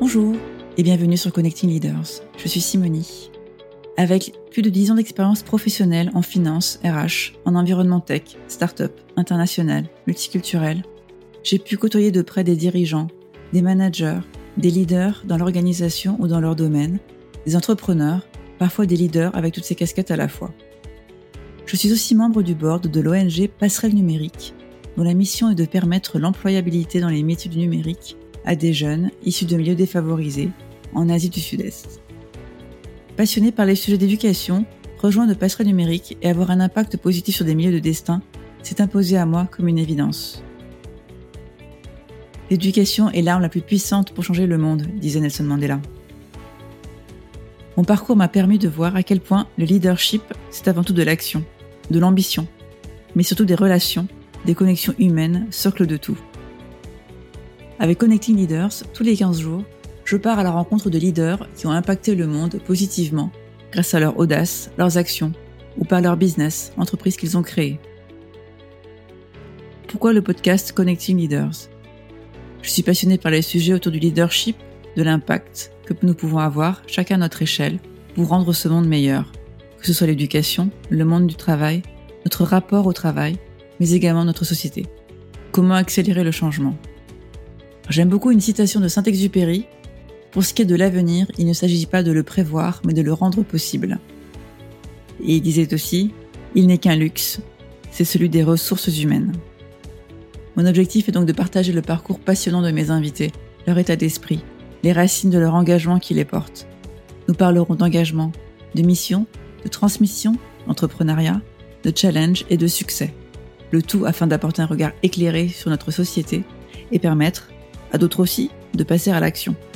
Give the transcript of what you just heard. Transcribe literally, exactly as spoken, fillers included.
Bonjour et bienvenue sur Connecting Leaders. Je suis Simonie. Avec plus de dix ans d'expérience professionnelle en finance, R H, en environnement tech, start-up, international, multiculturel, j'ai pu côtoyer de près des dirigeants, des managers, des leaders dans l'organisation ou dans leur domaine, des entrepreneurs, parfois des leaders avec toutes ces casquettes à la fois. Je suis aussi membre du board de l'O N G Passerelle Numérique, dont la mission est de permettre l'employabilité dans les métiers du numérique à des jeunes issus de milieux défavorisés en Asie du Sud-Est. Passionné par les sujets d'éducation, rejoindre Passerelle Numérique et avoir un impact positif sur des milieux de destin s'est imposé à moi comme une évidence. L'éducation est l'arme la plus puissante pour changer le monde, disait Nelson Mandela. Mon parcours m'a permis de voir à quel point le leadership, c'est avant tout de l'action, de l'ambition, mais surtout des relations, des connexions humaines, socle de tout. Avec Connecting Leaders, tous les quinze jours, je pars à la rencontre de leaders qui ont impacté le monde positivement grâce à leur audace, leurs actions ou par leur business, entreprise qu'ils ont créée. Pourquoi le podcast Connecting Leaders ? Je suis passionné par les sujets autour du leadership, de l'impact que nous pouvons avoir, chacun à notre échelle, pour rendre ce monde meilleur, que ce soit l'éducation, le monde du travail, notre rapport au travail, mais également notre société. Comment accélérer le changement ? J'aime beaucoup une citation de Saint-Exupéry. Pour ce qui est de l'avenir, il ne s'agit pas de le prévoir, mais de le rendre possible. Et il disait aussi, il n'est qu'un luxe, c'est celui des ressources humaines. Mon objectif est donc de partager le parcours passionnant de mes invités, leur état d'esprit, les racines de leur engagement qui les portent. Nous parlerons d'engagement, de mission, de transmission, d'entrepreneuriat, de challenge et de succès. Le tout afin d'apporter un regard éclairé sur notre société et permettre, à d'autres aussi, de passer à l'action.